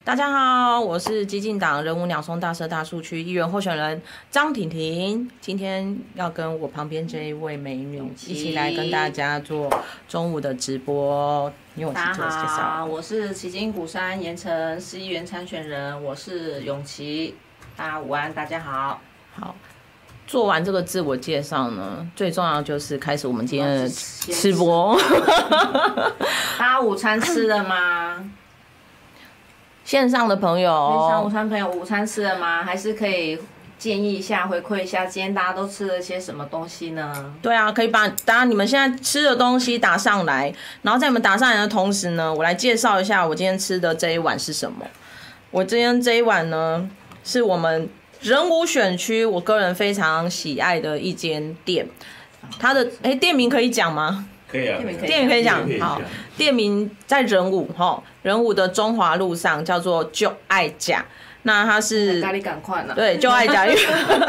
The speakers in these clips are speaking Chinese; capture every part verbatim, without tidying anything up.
大家好，我是基进党人物鸟松大社大树区议员候选人张婷婷，今天要跟我旁边这一位美女一起来跟大家做中午的直播。你有自我介绍？ 大家好，我是旗津鼓山盐城市议员参选人，我是永琪。大家午安，大家好。 好，做完这个自我介绍呢，最重要就是开始我们今天的吃播。 大家午餐吃了吗？ 线上的朋友， 线上午餐朋友午餐吃了吗？还是可以建议一下、回馈一下，今天大家都吃了些什么东西呢？ 对啊，可以把大家你们现在吃的东西打上来，然后在你们打上来的同时呢，我来介绍一下我今天吃的这一碗是什么。我今天这一碗呢，是我们仁武选区我个人非常喜爱的一间店，它的哎店名可以讲吗？ 可以啊， 店名可以讲，好，店名在仁武哈，仁武的中华路上叫做就爱甲，那它是咖喱赶快呢？ 对，就爱甲，因为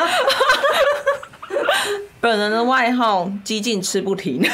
本人的外号激进吃不停，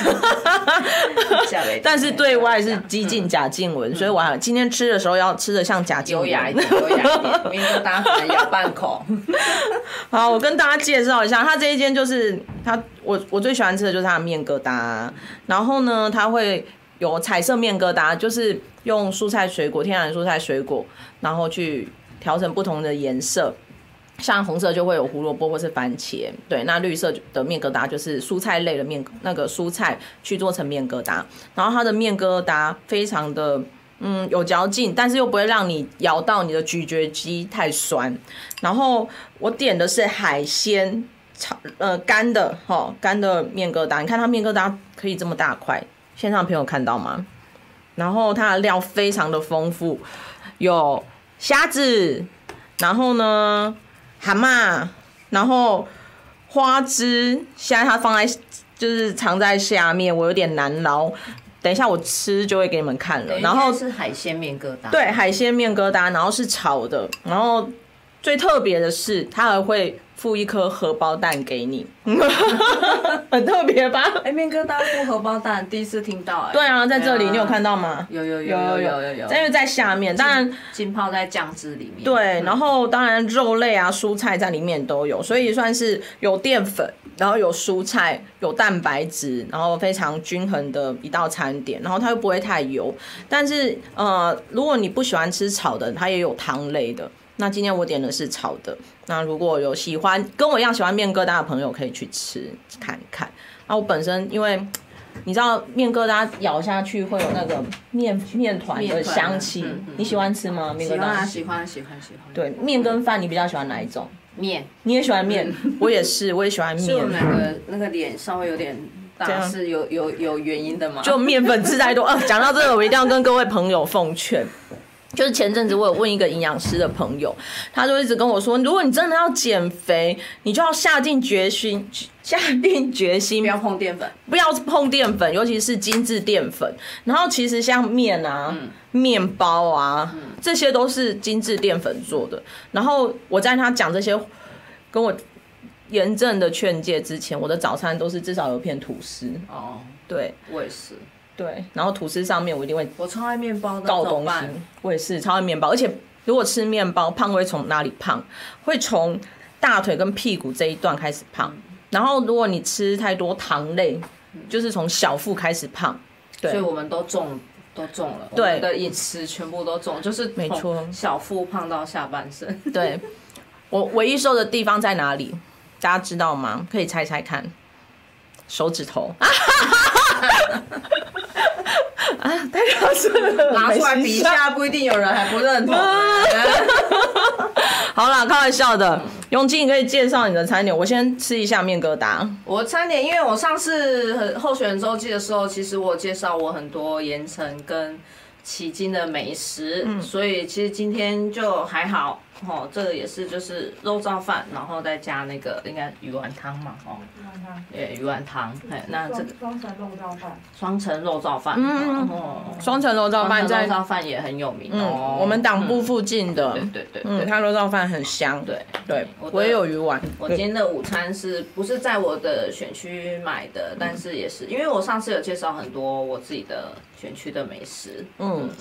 但是对外是激进贾静雯，所以我今天吃的时候要吃的像贾静雯， 优雅一点，优雅一点，明天大家可能咬半口。 好，我跟大家介绍一下，它这一间就是它，我我最喜欢吃的就是它的面疙瘩，然后呢，它会有彩色面疙瘩，就是用蔬菜水果，天然蔬菜水果，然后去调成不同的颜色。像红色就会有胡萝卜或是番茄，对，那绿色的面疙瘩就是蔬菜类的面，那个蔬菜去做成面疙瘩，然后它的面疙瘩非常的嗯有嚼劲，但是又不会让你咬到你的咀嚼肌太酸。然后我点的是海鲜炒呃干的哈干的面疙瘩，你看它面疙瘩可以这么大块，线上朋友看到吗？然后它的料非常的丰富，有虾子，然后呢。蛤蟆，然后花枝，现在它放在就是藏在下面，我有点难捞。等一下我吃就会给你们看了。然后是海鲜面疙瘩， 对，海鲜面疙瘩，然后是炒的，然后最特别的是它还会附一颗荷包蛋给你，很特别吧？ 哎，面疙瘩附荷包蛋，第一次听到哎。 对啊，在这里你有看到吗？ 有有有有有有有， 因为在下面，当然浸泡在酱汁里面。 对，然后当然肉类啊、蔬菜在里面都有，所以算是有淀粉，然后有蔬菜，有蛋白质，然后非常均衡的一道餐点，然后它又不会太油。但是呃，如果你不喜欢吃炒的，它也有汤类的。那今天我点的是炒的，那如果有喜欢跟我一样喜欢面疙瘩的朋友，可以去吃看看。那我本身因为你知道面疙瘩咬下去会有那个面面团的香气，嗯嗯、你喜欢吃吗？面疙瘩？ 喜欢喜欢喜欢喜欢。 对，面跟饭你比较喜欢哪一种？ 面。 你也喜欢面？我也是，我也喜欢面。 是我们两个那个脸稍微有点大，是有有有原因的吗？ 就面粉吃太多。啊，讲到这个，我一定要跟各位朋友奉劝。就是前阵子我有问一个营养师的朋友，他就一直跟我说，如果你真的要减肥，你就要下定决心，下定决心不要碰淀粉， 不要碰淀粉，尤其是精致淀粉。然后其实像面啊、嗯、面包啊、嗯，这些都是精致淀粉做的。然后我在他讲这些跟我严正的劝诫之前，我的早餐都是至少有片吐司。哦，对， 我也是。 对，然后吐司上面我一定会， 我超爱面包的， 倒东西。我也是超爱面包，而且如果吃面包，胖会从哪里胖？会从大腿跟屁股这一段开始胖。然后如果你吃太多糖类，就是从小腹开始胖。对， 所以我们都中，都中了。 对， 我们的饮食全部都中，就是没错， 小腹胖到下半身。 对，我唯一瘦的地方在哪里？大家知道吗？可以猜猜看，手指头。啊，太搞笑了！ 拿出来比一下，不一定有人还不认同。 好啦，开玩笑的。永基，你可以介绍你的餐点。我先吃一下面疙瘩。 我的餐点，因为我上次候选人周记的时候，其实我介绍我很多盐城跟旗津的美食，嗯、所以其实今天就还好。哦，这个也是就是肉燥饭，然后再加那个应该鱼丸汤嘛，哦，鱼丸汤，对，鱼丸汤，哎，那这个双层肉燥饭， 双层肉燥饭， 嗯，双层肉燥饭在肉燥饭也很有名， 嗯，我们党部附近的， 对对对， 嗯，它肉燥饭很香， 对对，我也有鱼丸。 我今天的午餐是不是在我的选区买的？但是也是因为我上次有介绍很多我自己的选区的美食，嗯。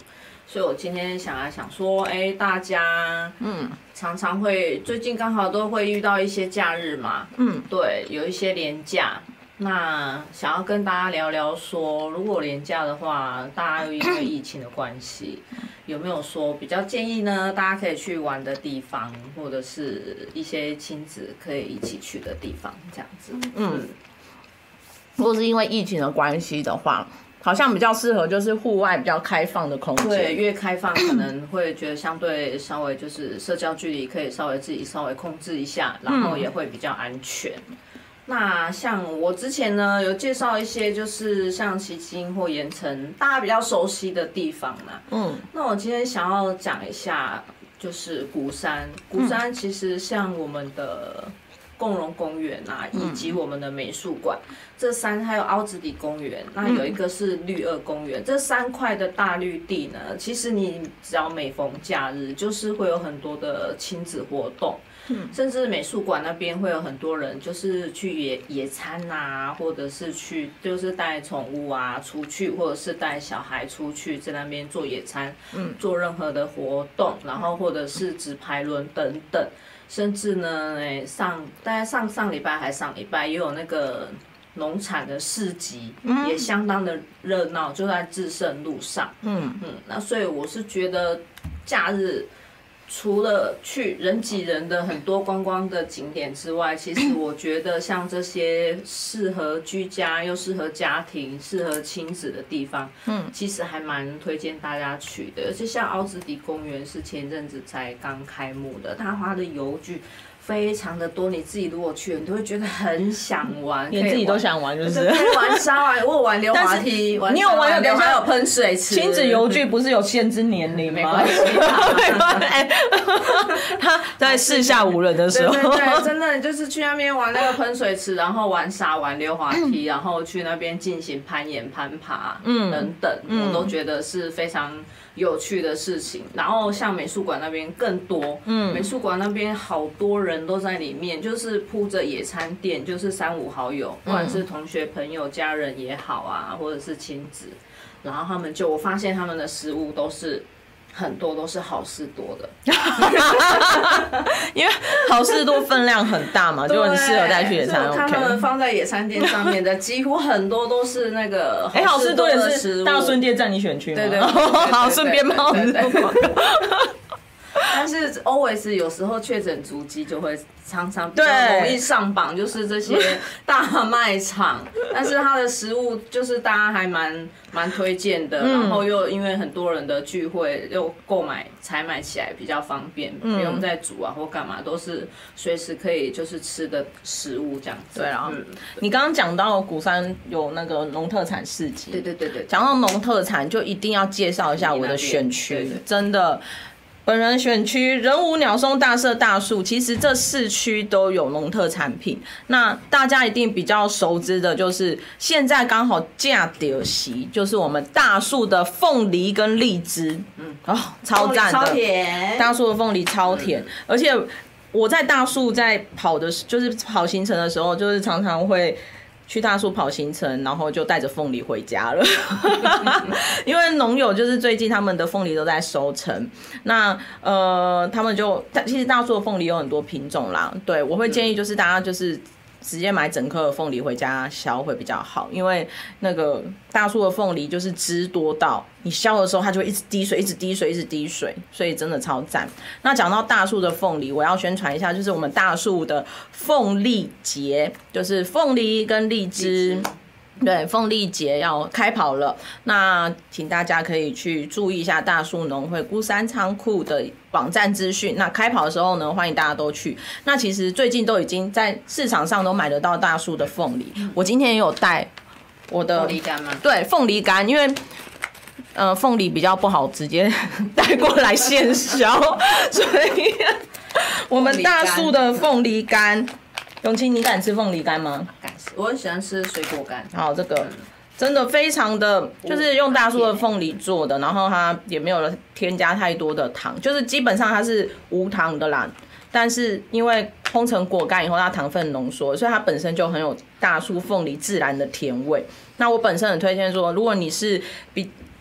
所以我今天想来想说，哎，大家嗯常常会最近刚好都会遇到一些假日嘛，嗯，对，有一些连假。那想要跟大家聊聊说，如果连假的话，大家又因为疫情的关系，有没有说比较建议呢？大家可以去玩的地方，或者是一些亲子可以一起去的地方，这样子。嗯， 如果是因为疫情的关系的话，好像比较适合就是户外比较开放的空间。 对，越开放可能会觉得相对稍微就是社交距离可以稍微自己稍微控制一下，然后也会比较安全。那像我之前呢有介绍一些就是像旗津或盐埕大家比较熟悉的地方嘛，嗯，那我今天想要讲一下就是鼓山，鼓山其实像我们的共荣公园啊，以及我们的美术馆，这三还有凹子底公园，那有一个是绿二公园，这三块的大绿地呢，其实你只要每逢假日，就是会有很多的亲子活动。甚至美术馆那边会有很多人，就是去野野餐啊，或者是去就是带宠物啊出去，或者是带小孩出去在那边做野餐，嗯，做任何的活动，然后或者是直排轮等等，甚至呢，哎，上大概上上礼拜还上礼拜也有那个农产的市集，嗯、也相当的热闹，就在至圣路上，嗯嗯，那所以我是觉得假日。除了去人挤人的很多观光的景点之外，其实我觉得像这些适合居家又适合家庭、适合亲子的地方，嗯，其实还蛮推荐大家去的。而且像凹子底公园是前阵子才刚开幕的，它花的游具非常的多，你自己如果去了，你都会觉得很想玩， 连自己都想玩，就是可以玩沙玩，我有玩溜滑梯， 你有玩有还有喷水池。 亲子游具不是有限制年龄吗？ 没关系， 他在四下无人的时候， 对对对，真的就是去那边玩那个喷水池，然后玩沙玩溜滑梯，然后去那边进行攀岩、攀爬，嗯，等等，我都觉得是非常有趣的事情。然后像美术馆那边更多，嗯，美术馆那边好多人都在里面，就是铺着野餐垫，就是三五好友，不管是同学、朋友、家人也好啊，或者是亲子，然后他们就我发现他们的食物都是。很多都是好事多的， 因为好事多分量很大嘛，就很适合带去野餐。 我看他们放在野餐垫上面的，几乎很多都是那个哎，好事多的也是大顺店占你选区吗？ 对对， 好，顺便帮我们做广告。 但是 always 有时候确诊足迹就会常常比较容易上榜，就是这些大卖场。但是它的食物就是大家还蛮蛮推荐的，然后又因为很多人的聚会，又购买采买起来比较方便，不用再煮啊或干嘛，都是随时可以就是吃的食物这样子。 对啊，你刚刚讲到鼓山有那个农特产市集， 对对对对， 讲到农特产就一定要介绍一下我的选区，真的。本人选区人武、鸟松、大社、大树，其实这四区都有农特产品。那大家一定比较熟知的就是现在刚好架点席，就是我们大树的凤梨跟荔枝，嗯，哦，超赞的， 超甜， 大树的凤梨超甜，嗯、而且我在大树在跑的，就是跑行程的时候，就是常常会。去大树跑行程，然后就带着凤梨回家了。因为农友就是最近他们的凤梨都在收成，那呃他们就其实大树的凤梨有很多品种啦，对我会建议就是大家就是直接买整颗的凤梨回家削会比较好，因为那个大树的凤梨就是汁多到你削的时候它就会一直滴水，一直滴水，一直滴水，所以真的超赞。那讲到大树的凤梨，我要宣传一下，就是我们大树的凤梨节，就是凤梨跟荔枝。对，凤梨节要开跑了，那请大家可以去注意一下大树农会鼓山仓库的网站资讯。那开跑的时候呢，欢迎大家都去。那其实最近都已经在市场上都买得到大树的凤梨，我今天也有带我的凤梨干吗？ 对，凤梨干，因为呃凤梨比较不好直接带过来现销，所以我们大树的凤梨干。永清，你敢吃凤梨干吗？ 敢吃，我很喜欢吃水果干。 好，这个真的非常的，就是用大树的凤梨做的，然后它也没有添加太多的糖，就是基本上它是无糖的啦。但是因为烘成果干以后，它糖分浓缩，所以它本身就很有大树凤梨自然的甜味。那我本身很推荐说，如果你是比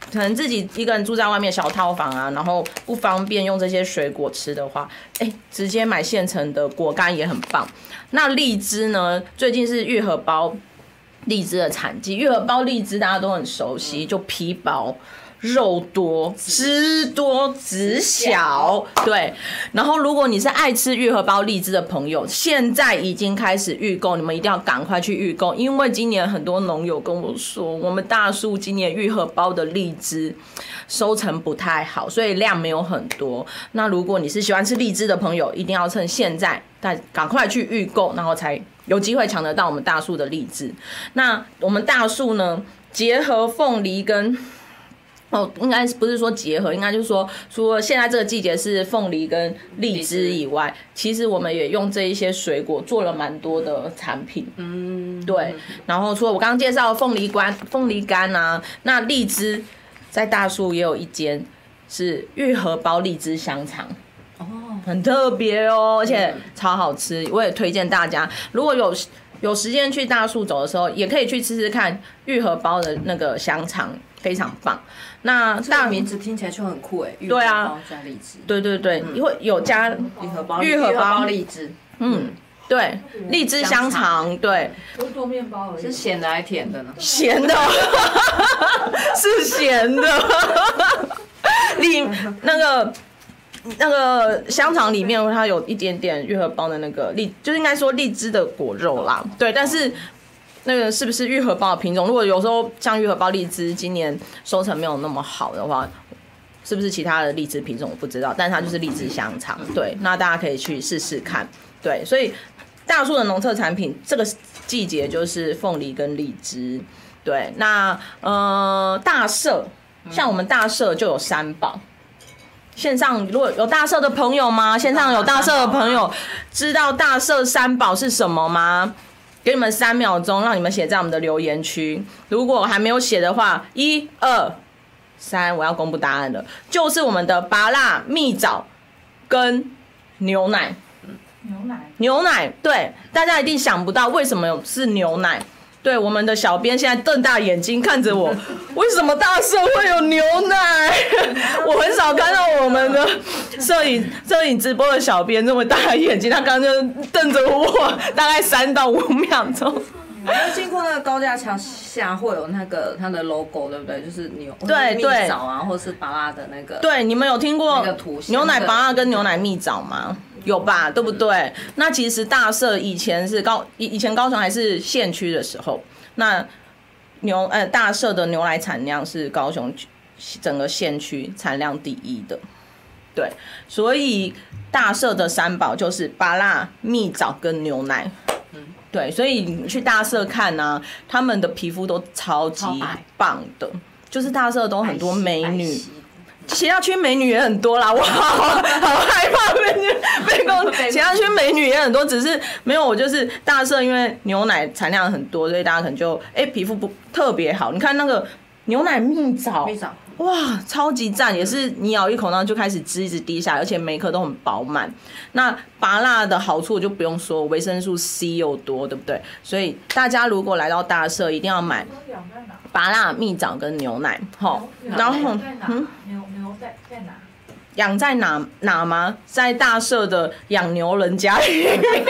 可能自己一个人住在外面小套房啊，然后不方便用这些水果吃的话，哎，直接买现成的果干也很棒。那荔枝呢？最近是玉荷包荔枝的产季，玉荷包荔枝大家都很熟悉，就皮薄。肉多汁多籽小，对。然后如果你是爱吃玉荷包荔枝的朋友，现在已经开始预购，你们一定要赶快去预购，因为今年很多农友跟我说，我们大树今年玉荷包的荔枝收成不太好，所以量没有很多。那如果你是喜欢吃荔枝的朋友，一定要趁现在赶快去预购，然后才有机会抢得到我们大树的荔枝。那我们大树呢，结合凤梨跟哦，应该不是说结合，应该就是说，除了现在这个季节是凤梨跟荔枝以外，其实我们也用这一些水果做了蛮多的产品。嗯，对。然后除了我刚刚介绍的凤梨干、凤梨干啊，那荔枝在大树也有一间是玉荷包荔枝香肠。哦，很特别哦，而且超好吃，我也推荐大家，如果有有时间去大树走的时候，也可以去吃吃看玉荷包的那个香肠。非常棒，那大名字听起来就很酷哎，玉荷包加荔枝， 对对对，因为有加玉荷包、 玉荷包、 荔枝， 嗯，对，荔枝香肠，对， 不是做面包而已， 是咸的还是甜的呢？ 咸的，是咸的，里那个那个香肠里面它有一点点玉荷包的那个荔，就是应该说荔枝的果肉啦，对，但是。那个是不是玉荷包的品种？如果有时候像玉荷包荔枝今年收成没有那么好的话，是不是其他的荔枝品种我不知道，但是它就是荔枝香肠。对，那大家可以去试试看。对，所以大树的农特产品这个季节就是凤梨跟荔枝。对，那呃大社，像我们大社就有三宝。线上如果有大社的朋友吗？线上有大社的朋友知道大社三宝是什么吗？给你们三秒钟，让你们写在我们的留言区。如果还没有写的话，一二三，我要公布答案了，就是我们的芭乐、蜜枣跟牛奶。 牛奶， 牛奶，对，大家一定想不到为什么是牛奶。对，我们的小编现在瞪大眼睛看着我，为什么大社会有牛奶？我很少看到我们的摄影摄影直播的小编这么大的眼睛，他刚刚就瞪着我，大概三到五秒钟。 我们经过那个高架桥下会有那个它的 logo， 对不对？就是牛对对蜜枣啊，或是芭乐的那个。 对，你们有听过那个图牛奶芭乐跟牛奶蜜枣吗？有吧，对不对？那其实大社以前是高以以前高雄还是县区的时候，那牛呃大社的牛奶产量是高雄整个县区产量第一的，对，所以大社的三宝就是芭乐、蜜枣跟牛奶。对，所以你去大社看啊，他们的皮肤都超级棒的，就是大社都很多美女。其他区美女也很多啦，我好好害怕被被攻击。其他区美女也很多，只是没有我就是大社，因为牛奶产量很多，所以大家可能就哎、欸、皮肤不特别好。你看那个牛奶蜜枣， 蜜枣哇，超级赞，也是你咬一口然后就开始汁一直滴下来，而且每一颗都很饱满。那芭乐的好处就不用说，维生素 C 又多，对不对？所以大家如果来到大社，一定要买芭乐、蜜枣跟牛奶，好，然后嗯，牛牛在在哪？ 养在哪哪吗？在大社的养牛人家里。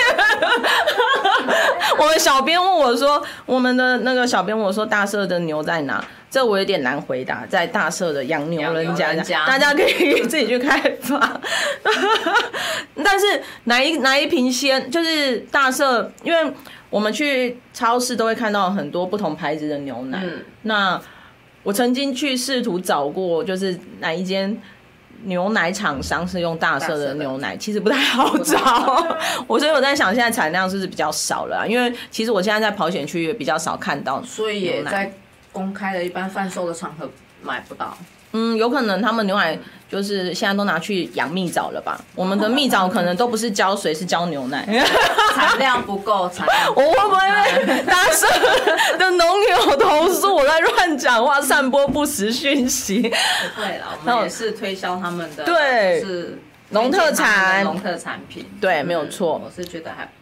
我们小编问我说，我们的那个小编问我说，大社的牛在哪？这我有点难回答。在大社的养牛人家， 人家大家可以自己去开发。但是哪一哪一瓶鲜，就是大社，因为我们去超市都会看到很多不同牌子的牛奶。嗯、那我曾经去试图找过，就是哪一间牛奶厂商是用大社的牛奶，其实不太好找。我所以我在想，现在产量是不是比较少了、啊？因为其实我现在在跑险区也比较少看到， 所以也在公开的一般贩售的场合买不到。 嗯，有可能他们牛奶就是现在都拿去养蜜枣了吧？我们的蜜枣可能都不是浇水，是浇牛奶， 产量不够，产量不够。 我会不会被大社的农友投诉我在乱讲话、散播不实讯息？ 不会啦，我们也是推销他们的， 对， 是农特产、 农特产品。 对，没有错。 我是觉得还不错。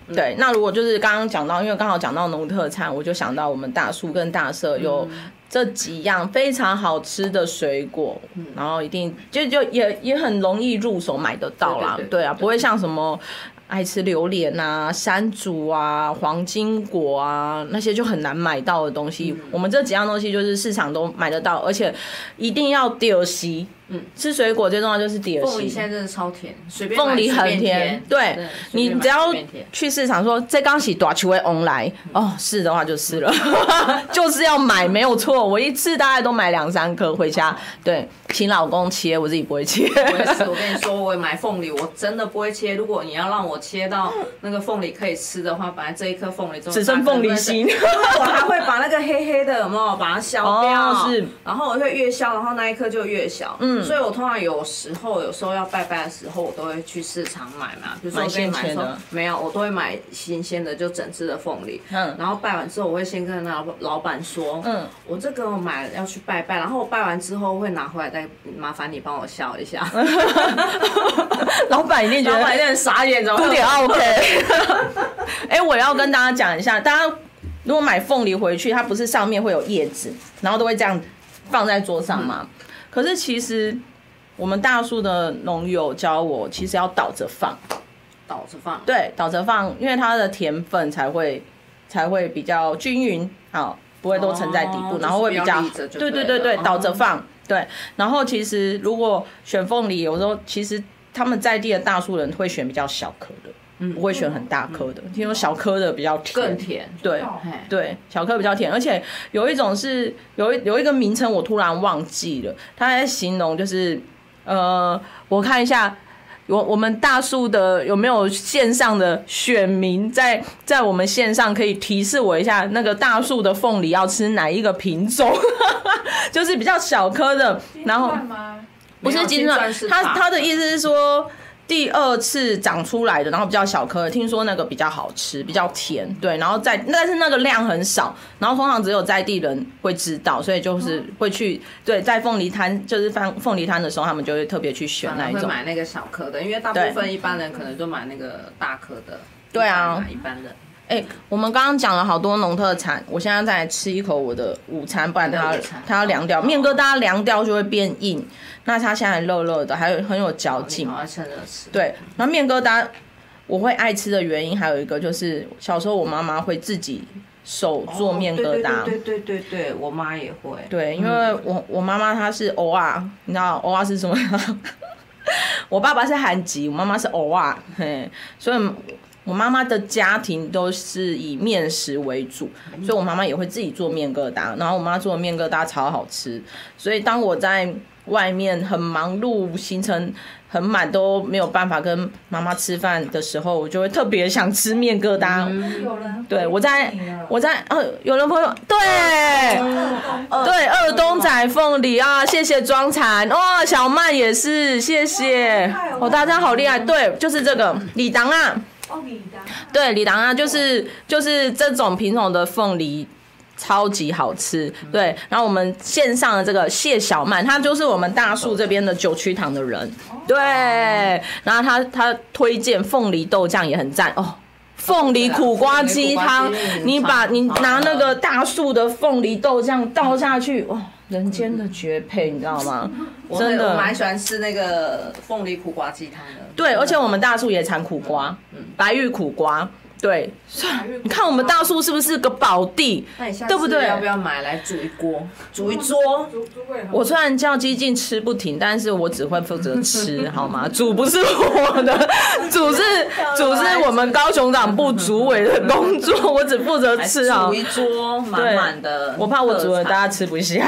对，那如果就是刚刚讲到，因为刚好讲到农特产，我就想到我们大树跟大社有这几样非常好吃的水果，嗯、然后一定就就也也很容易入手买得到啦，对, 对, 对, 对啊，不会像什么爱吃榴莲啊、山竹啊、黄金果啊那些就很难买到的东西，嗯、我们这几样东西就是市场都买得到，而且一定要丢席。嗯，吃水果最重要就是底儿。 凤梨现在真的超甜，随便凤梨很甜，对，你只要去市场说这刚洗大球会 on 来，哦，是的话就是了，就是要买，没有错。我一次大概都买两三颗回家，对，请老公切，我自己不会切。 我也是，我跟你说，我买凤梨我真的不会切。如果你要让我切到那个凤梨可以吃的话，本来这一颗凤梨只剩凤梨心， 我还会把那个黑黑的有没有把它削掉？ 哦、是， 然后我会越削，然后那一颗就越小。嗯。所以我通常有时候，有时候要拜拜的时候，我都会去市场买嘛。比如说我跟你买说没有，我都会买新鲜的，就整只的凤梨。嗯。然后拜完之后，我会先跟那老板说，嗯，我这个我买了要去拜拜，然后我拜完之后会拿回来，再麻烦你帮我削一下。 老板一定觉得， 老板一定很傻眼，怎么有点 OK？ 哎、欸，我要跟大家讲一下，大家如果买凤梨回去，它不是上面会有叶子，然后都会这样放在桌上吗？嗯，可是其实我们大树的农友教我，其实要倒着放， 倒着放， 对，倒着放，因为它的甜分才会才会比较均匀，好，不会都沉在底部，哦、然后会比较，对对对对，倒着放，对。然后其实如果选凤梨，有时候其实他们在地的大树人会选比较小颗的。不会选很大颗的，嗯、听说小颗的比较甜， 更甜。 对对，小颗比较甜，而且有一种是有一有一个名称我突然忘记了，它在形容就是呃，我看一下，我我们大树的有没有线上的选民在在我们线上可以提示我一下，那个大树的凤梨要吃哪一个品种？就是比较小颗的，然后不是金钻，他他的意思是说。第二次长出来的，然后比较小颗的，听说那个比较好吃，比较甜，对，然后在但是那个量很少，然后通常只有在地人会知道，所以就是会去对在凤梨摊就是放凤梨摊的时候，他们就会特别去选那一种， 会买那个小颗的，因为大部分一般人可能就买那个大颗的， 对啊， 一般人。 哎、欸，我们刚刚讲了好多农特产，我现在再来吃一口我的午餐，不然它它要凉掉，面疙瘩凉掉就会变硬。那它现在热热的，还有很有嚼劲。 好爱趁热吃。 对，然后面疙瘩我会爱吃的原因还有一个就是小时候我妈妈会自己手做面疙瘩。 哦、对, 对对对对对，我妈也会。 对，因为我我妈妈她是欧啊，你知道欧啊是什么？我爸爸是韩籍，我妈妈是欧啊，嘿，所以。我妈妈的家庭都是以面食为主，所以我妈妈也会自己做面疙瘩，然后我妈做的面疙瘩超好吃，所以当我在外面很忙碌、行程很满都没有办法跟妈妈吃饭的时候，我就会特别想吃面疙瘩。 嗯、 对，我在我在呃，有人朋友对、嗯、对二东仔凤梨啊，谢谢庄产哇、哦，小曼也是谢谢哦，大家好厉害，对，就是这个李当啊。 哦，李当对，李当啊，就是就是这种品种的凤梨超级好吃。对，然后我们线上的这个谢小曼，他就是我们大树这边的九曲堂的人。对，然后他他推荐凤梨豆酱也很赞哦。凤梨苦瓜鸡汤，你把你拿那个大树的凤梨豆酱倒下去，哇，人间的绝配，你知道吗？真的， 我蛮喜欢吃那个凤梨苦瓜鸡汤的。 对，而且我们大树也产苦瓜，白玉苦瓜。对，你看我们大树是不是个宝地？对不对？ 要不要买来煮一锅，煮一桌？ 我虽然叫激进吃不停，但是我只会负责吃，好吗？煮不是我的，煮是煮是我们高雄党部主委的工作，我只负责吃啊。 煮一桌满满的， 我怕我煮了大家吃不下。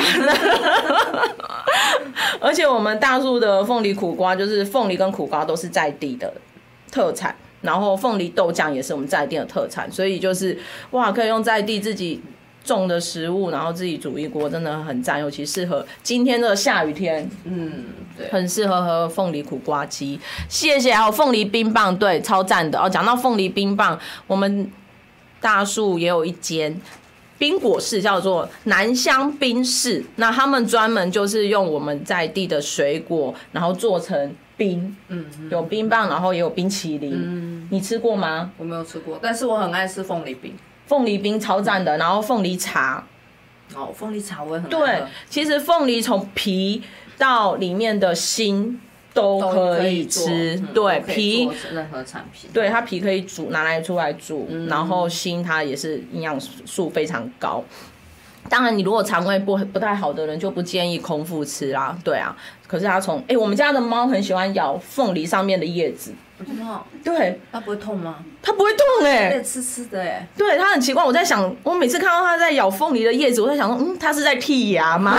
而且我们大树的凤梨苦瓜，就是凤梨跟苦瓜都是在地的特产。然后凤梨豆酱也是我们在地的特产，所以就是哇，可以用在地自己种的食物，然后自己煮一锅，真的很赞，尤其适合今天的下雨天， 嗯，对， 很适合喝凤梨苦瓜鸡。谢谢，还有凤梨冰棒，对，超赞的哦。讲到凤梨冰棒，我们大树也有一间冰果室，叫做南乡冰室，那他们专门就是用我们在地的水果，然后做成冰，嗯，有冰棒，然后也有冰淇淋，嗯， 你吃过吗？ 我没有吃过，但是我很爱吃凤梨冰。 凤梨冰超赞的，然后凤梨茶。 哦，凤梨茶我也很爱喝。 对，其实凤梨从皮到里面的芯都可以吃， 嗯、 对，皮任何产品， 对它皮可以煮拿来出来煮，嗯、然后芯它也是营养素非常高。当然，你如果肠胃不不太好的人，就不建议空腹吃啦。对啊，可是它从哎、欸，我们家的猫很喜欢咬凤梨上面的叶子。 真的？ 对， 它不会痛吗？ 它不会痛哎、 欸，刺刺的哎、欸。 对，它很奇怪。我在想，我每次看到它在咬凤梨的叶子，我在想说，嗯，它是在剔牙吗？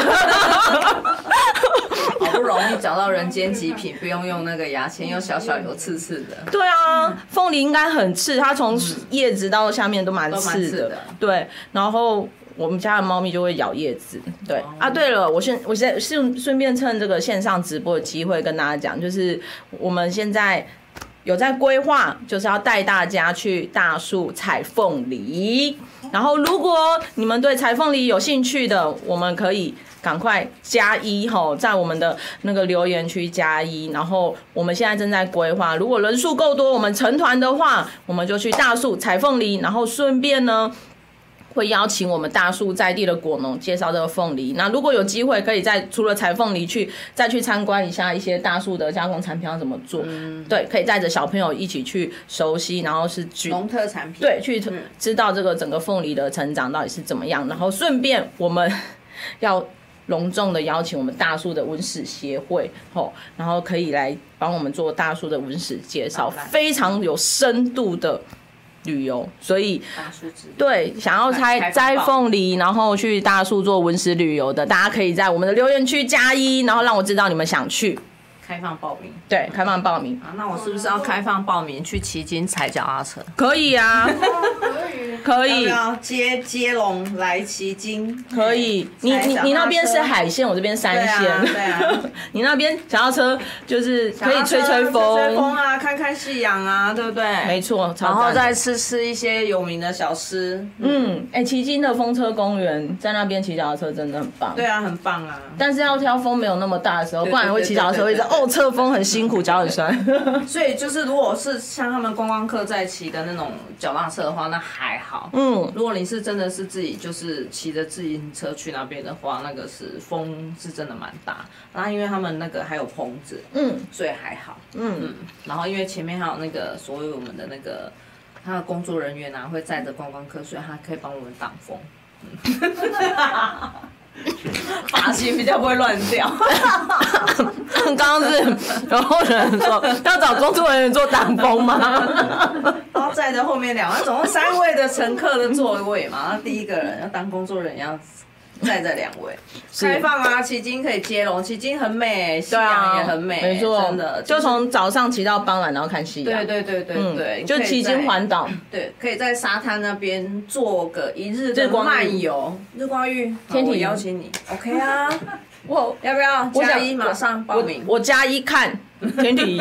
好不容易找到人间极品，不用用那个牙签，又小小有刺刺的。 对啊，凤梨应该很刺，它从叶子到下面都蛮刺的。 的对，然后我们家的猫咪就会咬叶子。对、哦、啊，对了，我现我现在顺顺便趁这个线上直播的机会跟大家讲，就是我们现在有在规划，就是要带大家去大树采凤梨。然后，如果你们对采凤梨有兴趣的，我们可以赶快加一吼，在我们的那个留言区加一。然后我们现在正在规划，如果人数够多，我们成团的话，我们就去大树采凤梨，然后顺便呢，会邀请我们大树在地的果农介绍这个凤梨。那如果有机会，可以再除了采凤梨去再去参观一下一些大树的加工产品要怎么做。嗯、对，可以带着小朋友一起去熟悉，然后是农特产品。 对，去知道这个整个凤梨的成长到底是怎么样。然后顺便我们要隆重的邀请我们大树的文史协会，吼，然后可以来帮我们做大树的文史介绍，非常有深度的旅游。所以对想要摘摘凤梨然后去大树做文史旅游的，大家可以在我们的留言区加一，然后让我知道你们想去。 开放报名， 对，开放报名啊。那我是不是要开放报名去旗津踩脚踏车？ 可以啊，可以。 要接接龙来旗津？ 可以。你你你那边是海线，我这边山线。 对啊。对啊你那边脚踏车就是可以吹吹风， 吹吹风啊，看看夕阳啊，对不对？ 没错。 然后再吃吃一些有名的小吃。 嗯，哎、欸，旗津的风车公园在那边骑脚踏车真的很棒。 对啊，很棒啊。 但是要挑风没有那么大的时候，不然会骑脚踏车会一直哦，侧风很辛苦，脚很酸。 所以就是如果是像他们观光客在骑的那种脚踏车的话，那还好。嗯，如果你是真的是自己就是骑着自行车去那边的话，那个是风是真的蛮大。然后因为他们那个还有棚子，嗯，所以还好。嗯嗯。然后因为前面还有那个所谓我们的那个他的工作人员啊，会载着观光客，所以他可以帮我们挡风。发型比较不会乱掉。 刚刚是有后人说要找工作人员做挡风吗？ 然后载着后面两位，总共三位的乘客的座位嘛。那第一个人要当工作人员，要载着两位。开放啊，旗津可以接龙，旗津很美，夕阳也很美， 没错， 真的。 就从早上骑到傍晚，然后看夕阳。 对对对对对， 就旗津环岛。 对，可以在沙滩那边做个一日的漫游。日光浴， 天体邀请你 ，OK 啊。我要不要加一？马上报名。 我加一看天体营。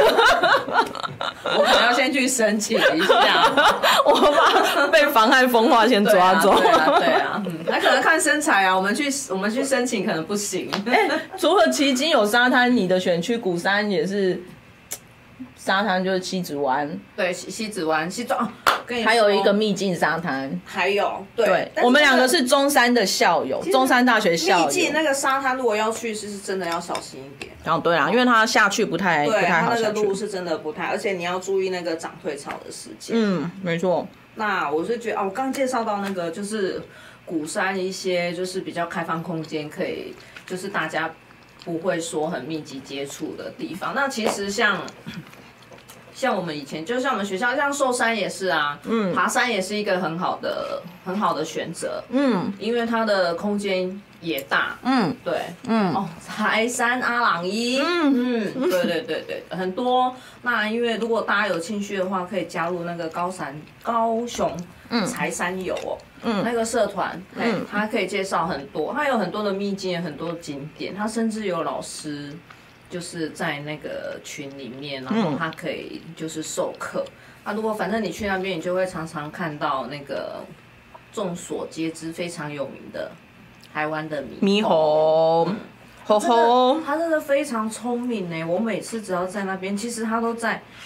我可能要先去申请一下， 我怕被妨害风化先抓走。 对啊，对啊，嗯，那可能看身材啊，我们去我们去申请可能不行。 哎、欸，除了旗津有沙滩，你的选区鼓山也是沙滩，就是西子湾。 对，西子湾，西庄。 还有一个秘境沙滩， 还有 对, 对我们两个是中山的校友，中山大学校友。 秘境那个沙滩如果要去，是真的要小心一点。 哦，对啦，因为它下去不太对， 不太好下去。 它那个路是真的不太，而且你要注意那个涨退潮的时间。 嗯，没错。 那我是觉得哦，我刚介绍到那个就是鼓山一些就是比较开放空间，可以就是大家不会说很密集接触的地方。那其实像。像我们以前，就像我们学校，像寿山也是啊，嗯，爬山也是一个很好的、很好的选择，嗯，因为它的空间也大，嗯，对，嗯，哦，柴山阿朗伊，嗯嗯，对对对对，很多。那因为如果大家有兴趣的话，可以加入那个高山高雄柴山游哦，嗯，那个社团，嗯，它可以介绍很多，它有很多的秘境，很多景点，它甚至有老师。就是在那个群里面，然后他可以就是授课。那、嗯啊、如果反正你去那边，你就会常常看到那个众所皆知非常有名的台湾的猕猴。猴猴，他真的非常聪明呢。我每次只要在那边，其实他都在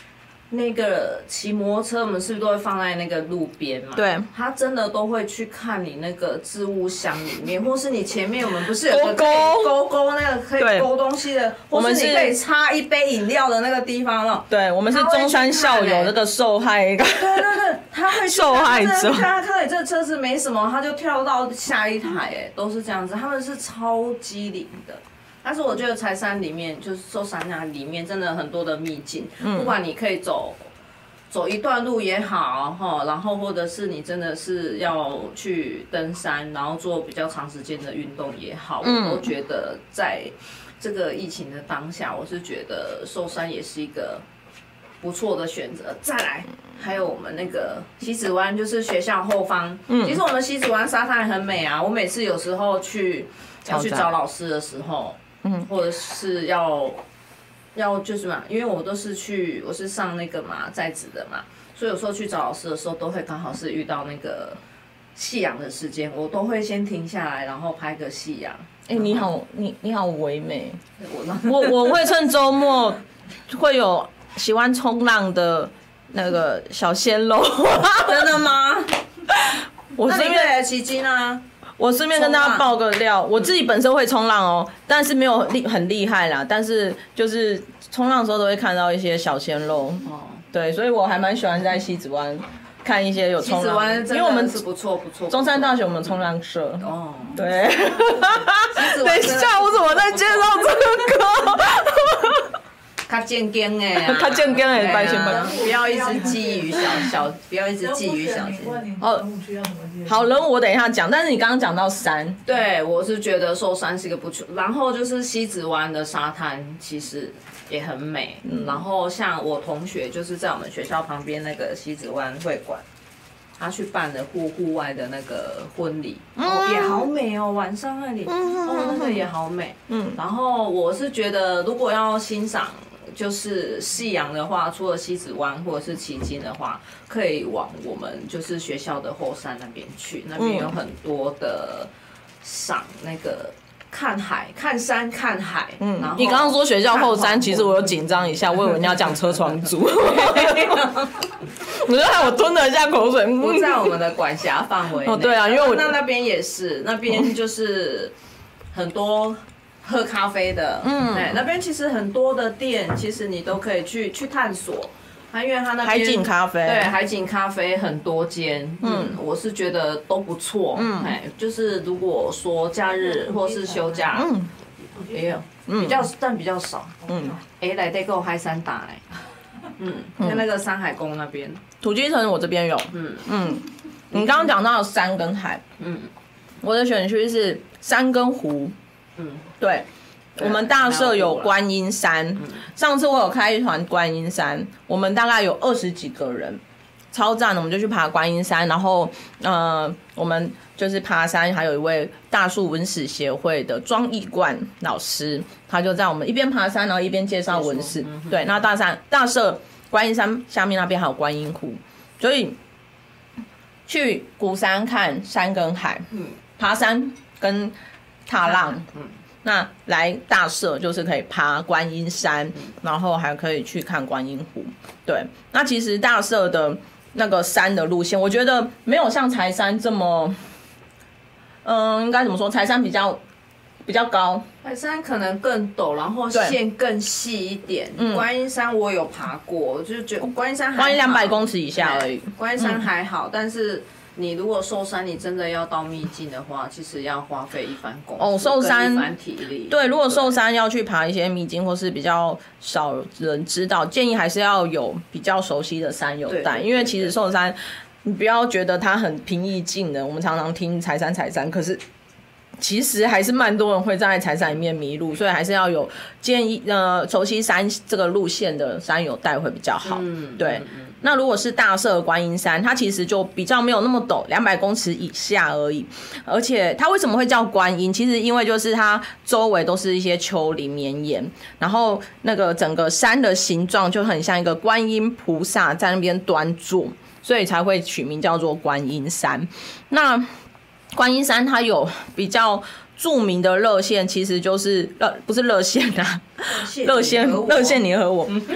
那个骑摩托车，我们是不是都会放在那个路边嘛？ 对， 他真的都会去看你那个置物箱里面，或是你前面我们不是有个勾勾勾那个可以勾东西的， 我们是你可以插一杯饮料的那个地方了。 对，我们是中山校友那个受害。 对对对，他会受害者看看你这个车子没什么，他就跳到下一台，哎，都是这样子，他们是超机灵的。但是我觉得柴山里面，就是寿山那里面，真的很多的秘境，嗯、不管你可以走走一段路也好，哈，然后或者是你真的是要去登山，然后做比较长时间的运动也好，嗯、我都觉得在这个疫情的当下，我是觉得寿山也是一个不错的选择。再来，还有我们那个西子湾，就是学校后方，嗯、其实我们西子湾沙滩很美啊，我每次有时候去要去找老师的时候。嗯，或者是要要就是嘛，因为我都是去，我是上那个嘛在职的嘛，所以有时候去找老师的时候，都会刚好是遇到那个夕阳的时间，我都会先停下来，然后拍个夕阳。 哎、欸，你好，你你好唯美。我我会趁周末会有喜欢冲浪的那个小鲜肉。 真的吗？ 我那你可以骑机啊。 我顺便跟大家爆个料，我自己本身会冲浪哦，但是没有厉很厉害啦。但是就是冲浪的时候都会看到一些小鲜肉，哦，对，所以我还蛮喜欢在西子湾看一些有冲浪，因为我们是不错不错。 中山大学我们冲浪社，哦，对。 等一下，我怎么在介绍这个？ 他正经哎， 他正经哎，白先白， 不要一直觊觎小小，不要一直觊觎小心。 哦，好，人物我等一下讲，但是你刚刚讲到山， 对我是觉得寿山是一个不错，然后就是西子湾的沙滩其实也很美，嗯、然后像我同学就是在我们学校旁边那个西子湾会馆。他去办了户户外的那个婚礼，哦，也好美哦，晚上那里，哦，那个也好美。嗯，然后我是觉得，如果要欣赏就是夕阳的话，除了西子湾或者是旗津的话，可以往我们就是学校的后山那边去，那边有很多的赏那个。看海、看山、看海。嗯，然后你刚刚说学校后山，其实我有紧张一下，我以为你要讲车床族。我觉得害我吞了一下口水。 不在我们的管辖范围内。 哦，对啊，因为我那那边也是，那边就是很多喝咖啡的。嗯，哎，那边其实很多的店，其实你都可以去去探索。它因为它那边海景咖啡， 对，海景咖啡很多间，嗯，我是觉得都不错，嗯，哎，就是如果说假日或是休假，嗯，也有，比较但比较少，嗯，哎，来这个海山打哎，嗯，在那个山海宫那边， 土鸡城我这边有，嗯嗯，你刚刚讲到山跟海，嗯，我的选区是山跟湖，嗯，对。我们大社有观音山，上次我有开一团观音山，我们大概有二十几个人，超赞的，我们就去爬观音山，然后呃，我们就是爬山，还有一位大树文史协会的庄义冠老师，他就在我们一边爬山，然后一边介绍文史。对，那大山大社观音山下面那边还有观音湖，所以去鼓山看山跟海，爬山跟踏浪，那来大社就是可以爬观音山，然后还可以去看观音湖。对，那其实大社的那个山的路线，我觉得没有像柴山这么，嗯，应该怎么说？柴山比较比较高， 柴山可能更陡，然后线更细一点。嗯，观音山我有爬过，就觉得观音山还好， 观音两百公尺以下而已。 观音山还好，嗯、但是。你如果寿山，你真的要到秘境的话，其实要花费一番功夫哦，寿山一番体力。 对，如果寿山要去爬一些秘境，或是比较少人知道，建议还是要有比较熟悉的山友带，因为其实寿山，你不要觉得它很平易近人，我们常常听柴山柴山，可是其实还是蛮多人会在柴山里面迷路，所以还是要有建议呃熟悉山这个路线的山友带会比较好。嗯，对。嗯嗯，那如果是大社观音山，它其实就比较没有那么陡，两百公尺以下而已。而且它为什么会叫观音？其实因为就是它周围都是一些丘陵绵延，然后那个整个山的形状就很像一个观音菩萨在那边端坐，所以才会取名叫做观音山。那观音山它有比较著名的热线，其实就是热不是热线啊，热线热线你和我。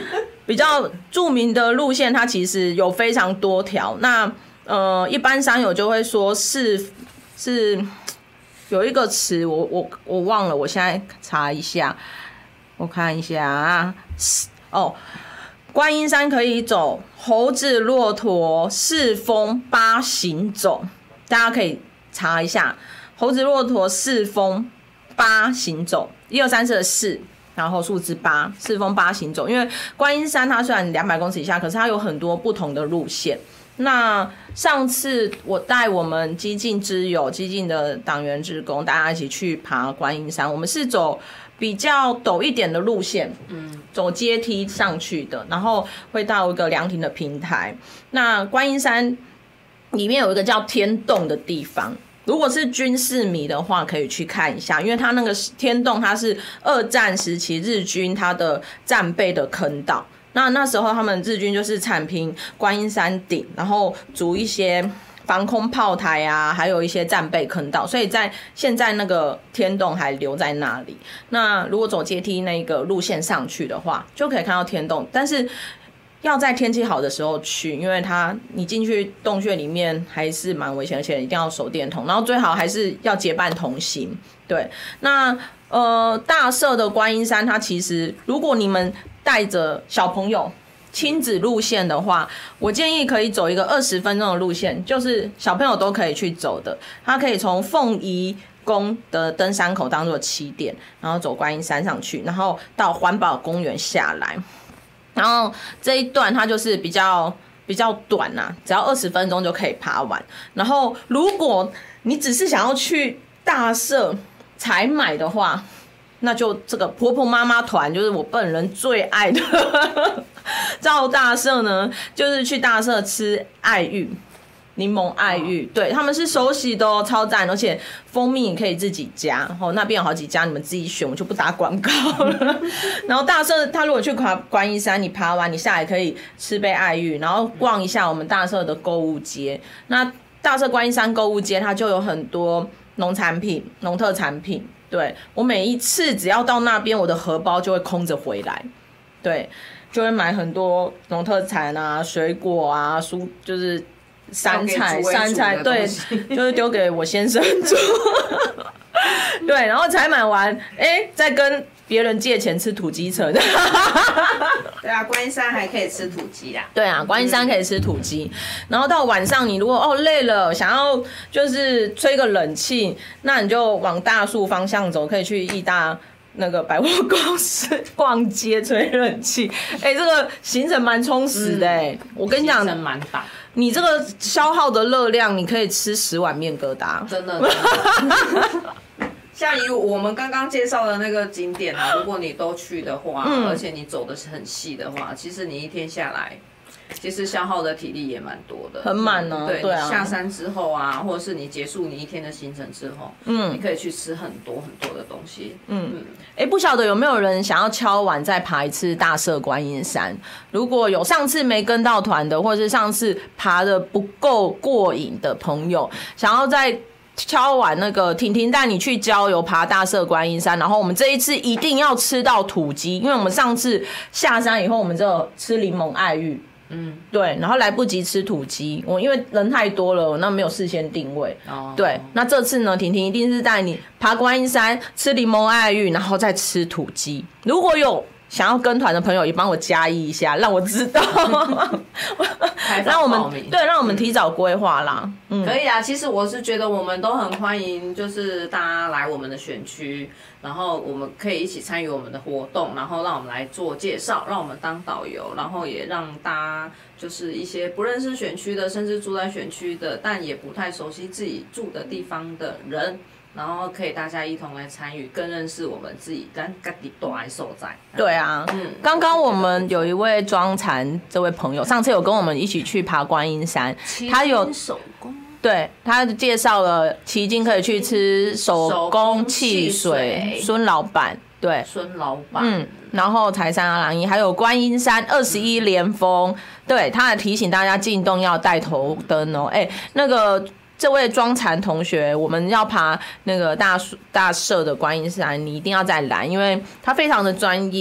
比较著名的路线，它其实有非常多条。那呃，一般山友就会说是是有一个词，我我我忘了，我现在查一下，我看一下啊，哦。观音山可以走猴子、骆驼、四风八行走，大家可以查一下猴子、骆驼、四风八行走，一二三四的四，然后数字八，四风八行走。因为观音山它虽然两百公尺以下，可是它有很多不同的路线。那上次我带我们基进之友、基进的党员志工，大家一起去爬观音山，我们是走比较陡一点的路线，嗯，走阶梯上去的，然后会到一个凉亭的平台。那观音山里面有一个叫天洞的地方，如果是军事迷的话，可以去看一下，因为它那个天洞它是二战时期日军它的战备的坑道。那那时候他们日军就是铲平观音山顶，然后筑一些防空炮台啊，还有一些战备坑道，所以在现在那个天洞还留在那里。那如果走阶梯那个路线上去的话，就可以看到天洞，但是要在天气好的时候去，因为它你进去洞穴里面还是蛮危险，而且一定要手电筒，然后最好还是要结伴同行。对，那呃大社的观音山，它其实如果你们带着小朋友亲子路线的话，我建议可以走一个二十分钟的路线，就是小朋友都可以去走的。它可以从凤仪宫的登山口当做起点，然后走观音山上去，然后到环保公园下来。然后这一段它就是比较比较短啊，只要二十分钟就可以爬完。然后如果你只是想要去大社采买的话，那就这个婆婆妈妈团，就是我本人最爱的到大社呢，就是去大社吃爱玉柠檬爱玉，对，他们是手洗的哦，超赞，而且蜂蜜你可以自己加，哦，那边有好几家，你们自己选，我就不打广告了。然后大社，他如果去爬观音山，你爬完你下来可以吃杯爱玉，然后逛一下我们大社的购物街。那大社观音山购物街，它就有很多农产品、农特产品。对，我每一次只要到那边，我的荷包就会空着回来，对，就会买很多农特产啊、水果啊、蔬就是山菜、山菜，对，就是丢给我先生做，对，然后采买完，哎、欸，再跟别人借钱吃土鸡城。 对啊，观音山还可以吃土鸡啦。 对啊，观音山可以吃土鸡。然后到晚上，你如果哦累了，想要就是吹个冷气，那你就往大树方向走，可以去义大那个百货公司逛街吹冷气。哎、欸，这个行程蛮充实的哎、欸嗯。我跟你讲， 行程蛮大。 你这个消耗的热量，你可以吃十碗面疙瘩。 真的。真的像以我们刚刚介绍的那个景点啊，如果你都去的话，嗯、而且你走的是很细的话，其实你一天下来，其实消耗的体力也蛮多的， 很满呢、啊。 对， 对啊， 下山之后啊，或者是你结束你一天的行程之后，嗯，你可以去吃很多很多的东西。嗯嗯， 哎、欸，不晓得有没有人想要敲碗再爬一次大社观音山？如果有上次没跟到团的，或者是上次爬的不够过瘾的朋友，想要再敲完那个婷婷带你去郊游爬大社观音山，然后我们这一次一定要吃到土鸡，因为我们上次下山以后我们就吃柠檬爱玉，嗯，对，然后来不及吃土鸡，我因为人太多了，那没有事先定位，哦，对，那这次呢，婷婷一定是带你爬观音山，吃柠檬爱玉，然后再吃土鸡。如果有想要跟团的朋友，也帮我加一一下，让我知道，让我们对，让我们提早规划啦。 嗯，可以啊。其实我是觉得我们都很欢迎，就是大家来我们的选区，然后我们可以一起参与我们的活动，然后让我们来做介绍，让我们当导游，然后也让大家就是一些不认识选区的，甚至住在选区的，但也不太熟悉自己住的地方的人。然后可以大家一同来参与，更认识我们自己跟自己大的所在。 对啊，嗯，刚刚我们有一位庄残这位朋友，上次有跟我们一起去爬观音山，他有手工， 对，他介绍了旗津可以去吃手工汽水，孙老板，对， 孙老板， 嗯，然后财山阿郎伊，还有观音山二十一连峰，对，他还提醒大家进洞要带头灯哦，哎，那个。这位庄残同学，我们要爬那个大大社的观音山，你一定要再来，因为他非常的专业。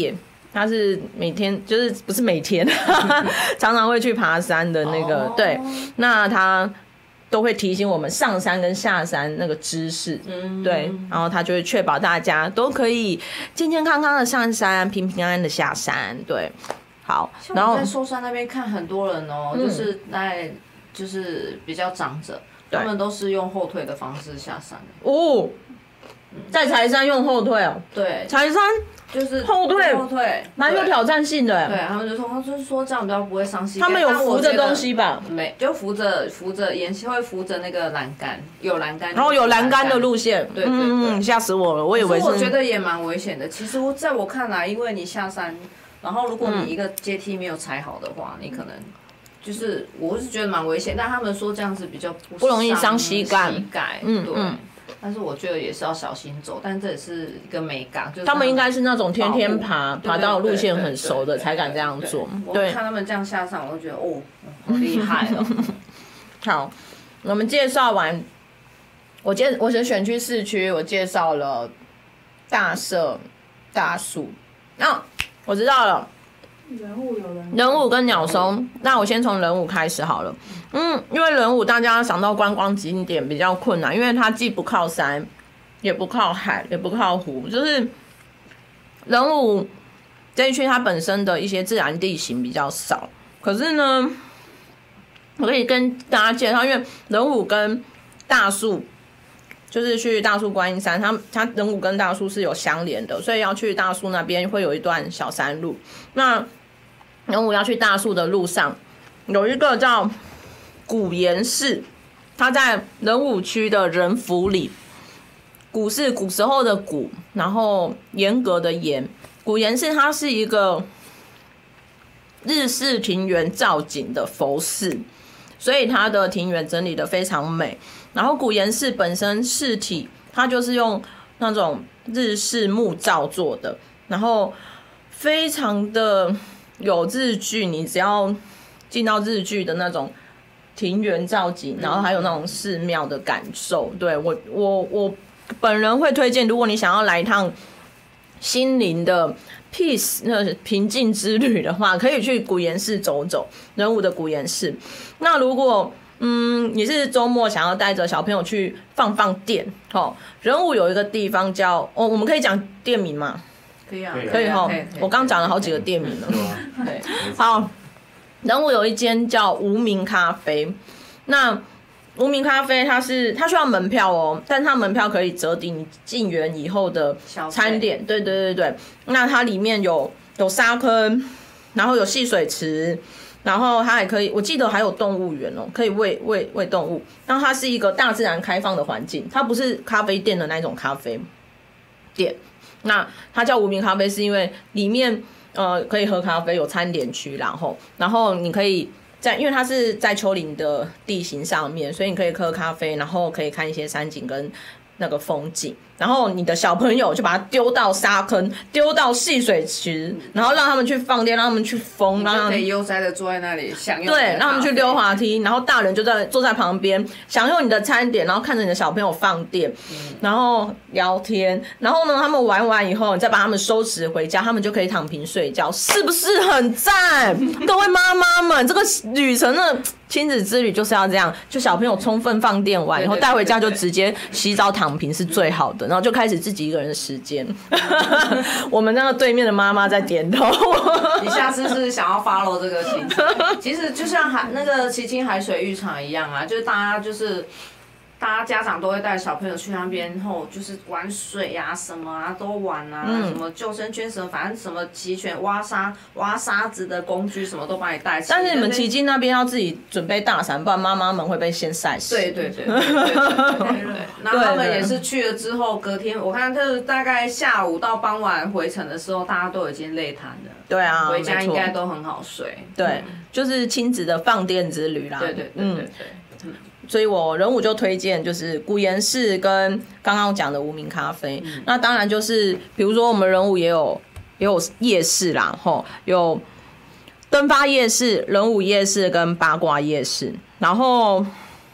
他是每天就是不是每天，常常会去爬山的那个，哦、对，那他都会提醒我们上山跟下山那个知识，嗯，对，然后他就会确保大家都可以健健康康的上山，平平安安的下山，对，好， 然后在寿山那边看很多人哦，嗯、就是在就是比较长者，他们都是用后退的方式下山哦。在柴山用后退哦， 对， 柴山就是后退， 后退蛮有挑战性的。 对，他们就说，他就是说这样比较不会伤膝盖。 他们有扶着东西吧？ 没，就扶着扶着，沿线会扶着那个栏杆，有栏杆， 然后有栏杆的路线。 对对对， 吓死我了，我以为是。 我觉得也蛮危险的。其实我在我看来，因为你下山，然后如果你一个阶梯没有踩好的话，你可能。就是我是觉得蛮危险，但他们说这样子比较不不容易伤膝盖。 膝盖，嗯，对。但是我觉得也是要小心走，但这也是一个美感。就是他们应该是那种天天爬，爬到路线很熟的才敢这样做。 对，我看他们这样下山，我就觉得哦，好厉害哦。 好，我们介绍完，我介我的选区市区，我介绍了大社、大树。那我知道了。 人武有人人武跟鸟松，那我先从人武开始好了。嗯，因为人武大家想到观光景点比较困难，因为它既不靠山，也不靠海，也不靠湖，就是人武这一区它本身的一些自然地形比较少。可是呢，我可以跟大家介绍，因为人武跟大树。就是去大树观音山，它它人武跟大树是有相连的，所以要去大树那边会有一段小山路。那人武要去大树的路上，有一个叫古岩寺，它在人武区的仁福里。古是古时候的古，然后严格的严。古岩寺它是一个日式庭园造景的佛寺，所以它的庭园整理的非常美。然后古岩寺本身寺体，它就是用那种日式木造做的，然后非常的有日剧，你只要进到日剧的那种庭园造景，然后还有那种寺庙的感受。对，我我我本人会推荐，如果你想要来一趟心灵的 peace 那平静之旅的话，可以去古岩寺走走，人武的古岩寺。那如果嗯，你是周末想要带着小朋友去放放电，哦，人武有一个地方叫哦，我们可以讲店名吗？ 可以啊， 可以哈。我刚讲了好几个店名了。对，好，人武有一间叫无名咖啡，那无名咖啡它是它需要门票哦，但它门票可以折抵你进园以后的餐点。对对对对，那它里面有有沙坑，然后有戏水池。然后它还可以，我记得还有动物园哦，可以喂喂喂动物。然后它是一个大自然开放的环境，它不是咖啡店的那种咖啡店。那它叫无名咖啡，是因为里面呃可以喝咖啡，有餐点区，然后然后你可以在，因为它是在丘陵的地形上面，所以你可以喝咖啡，然后可以看一些山景跟那个风景。然后你的小朋友就把它丢到沙坑，丢到戏水池，然后让他们去放电，让他们去疯，让他们可以悠哉的坐在那里享用。 对，让他们去溜滑梯，然后大人就在坐在旁边享用你的餐点，然后看着你的小朋友放电，嗯、然后聊天。然后呢，他们玩完以后，你再把他们收拾回家，他们就可以躺平睡觉，是不是很赞？各位妈妈们，这个旅程的亲子之旅就是要这样，就小朋友充分放电完以后带回家就直接洗澡躺平是最好的。然后就开始自己一个人的时间，我们那个对面的妈妈在点头。 你下次是想要 follow 这个行程？其实就像海那个旗津海水浴场一样啊，就是大家就是大家家长都会带小朋友去那边后，就是玩水啊什么啊都玩啊，嗯、什么救生圈什么，反正什么齐全，挖沙挖沙子的工具什么都把你带齐。 但是你们旗津那边要自己准备大伞，不然妈妈们会被先晒死。 对对对对对对对。然后他们也是去了之后，隔天我看就是大概下午到傍晚回程的时候，大家都已经累瘫了。 对啊， 回家应该都很好睡。 对，嗯、就是亲子的放电之旅啦。 对对对对对。嗯所以我人武就推荐就是古岩寺跟刚刚讲的无名咖啡。嗯、那当然就是比如说我们人武也有也有夜市啦，吼，有登发夜市、人武夜市跟八卦夜市。然后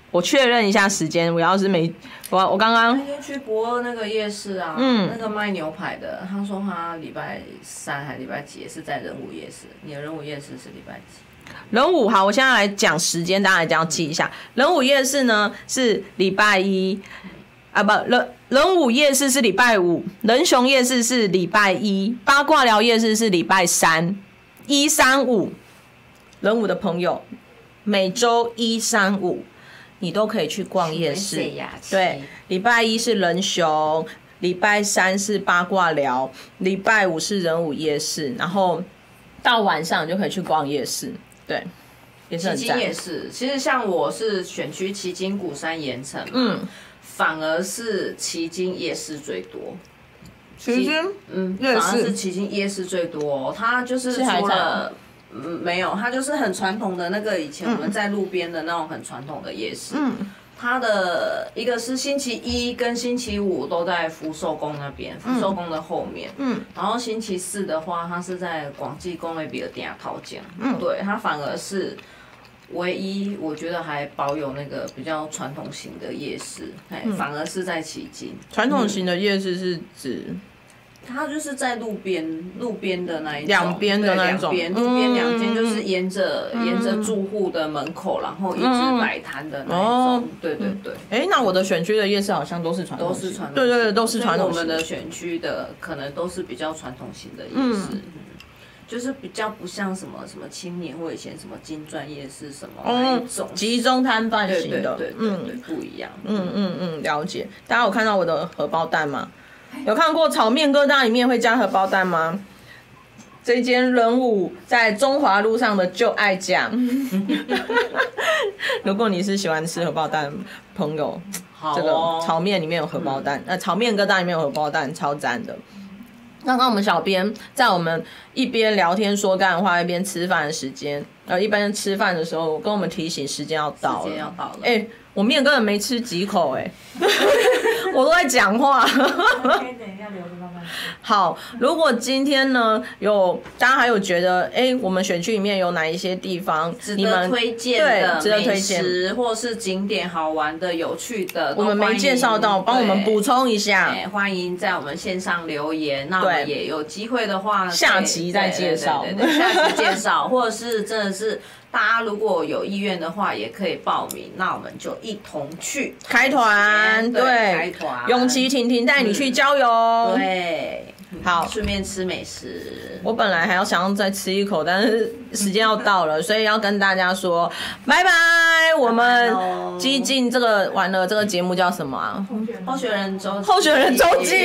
我确认一下时间，我要是没我我刚刚那天去博二那个夜市啊，嗯，那个卖牛排的，他说他礼拜三还礼拜几也是在仁武夜市。你的仁武夜市是礼拜几？ 仁武好，我现在来讲时间，大家一定要记一下。仁武夜市呢是礼拜一啊，不仁仁武夜市是礼拜五，仁雄夜市是礼拜一，八卦寮夜市是礼拜三，一三五。仁武的朋友，每周一三五。你都可以去逛夜市，对，礼拜一是仁雄，礼拜三是八卦寮，礼拜五是仁武夜市，然后到晚上你就可以去逛夜市，对，也是很赞。 旗津夜市，其实像我是选区旗津、鼓山、盐城嘛，嗯，反而是旗津夜市最多。 旗津， 嗯，反而是旗津夜市最多、哦，它就是除了。嗯，没有，它就是很传统的那个以前我们在路边的那种很传统的夜市。嗯，它的一个是星期一跟星期五都在福寿宫那边，福寿宫的后面。嗯，然后星期四的话，它是在广济宫那边的店桃江。嗯，对，它反而是唯一我觉得还保有那个比较传统型的夜市，哎、嗯，反而是在旗津。 传统型的夜市是指？ 它就是在路边，路边的那一种， 两边的那种， 边路边两间就是沿着、嗯、沿着住户的门口，然后一直摆摊的那一种，哦、对对对。 哎、嗯，那我的选区的夜市好像都是传统， 都是传统， 对对对，都是传统。 我们的选区的可能都是比较传统型的夜市。嗯嗯，就是比较不像什么什么青年或以前什么金钻夜市什么那一种、 嗯、集中摊贩型的， 对对 对, 对, 对、嗯，不一样。 嗯嗯嗯，了解。大家有看到我的荷包蛋吗？有看过炒面疙瘩里面会加荷包蛋吗？这间仁武在中华路上的就爱酱。如果你是喜欢吃荷包蛋的朋友， 好哦、 这个炒面里面有荷包蛋，那、嗯呃、炒面疙瘩里面有荷包蛋，超赞的。刚刚我们小编在我们一边聊天说干话一边吃饭的时间，呃，一般吃饭的时候跟我们提醒时间要到了， 时间要到了。 哎、欸，我面根本没吃几口、欸，哎，我都在讲话。好，如果今天呢有大家还有觉得，哎、欸，我们选区里面有哪一些地方值得推荐的值得推荐，或是景点好玩的、有趣的， 我们没介绍到，帮我们补充一下。 欢迎在我们线上留言，那我们也有机会的话， 下集再介绍， 对对对对下集介绍，或者是真的是。大家如果有意愿的话，也可以报名，那我们就一同去开团，对， 开团， 勇奇婷婷带你去郊游， 嗯、对， 好， 顺便吃美食。 我本来还要想要再吃一口，但是时间要到了，所以要跟大家说拜拜。我们激进这个完了，这个节目叫什么啊？ 候选人周候选人周记，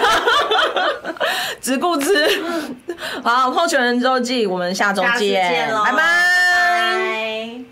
只顾吃。好，候选人周记，我们下周见，拜拜。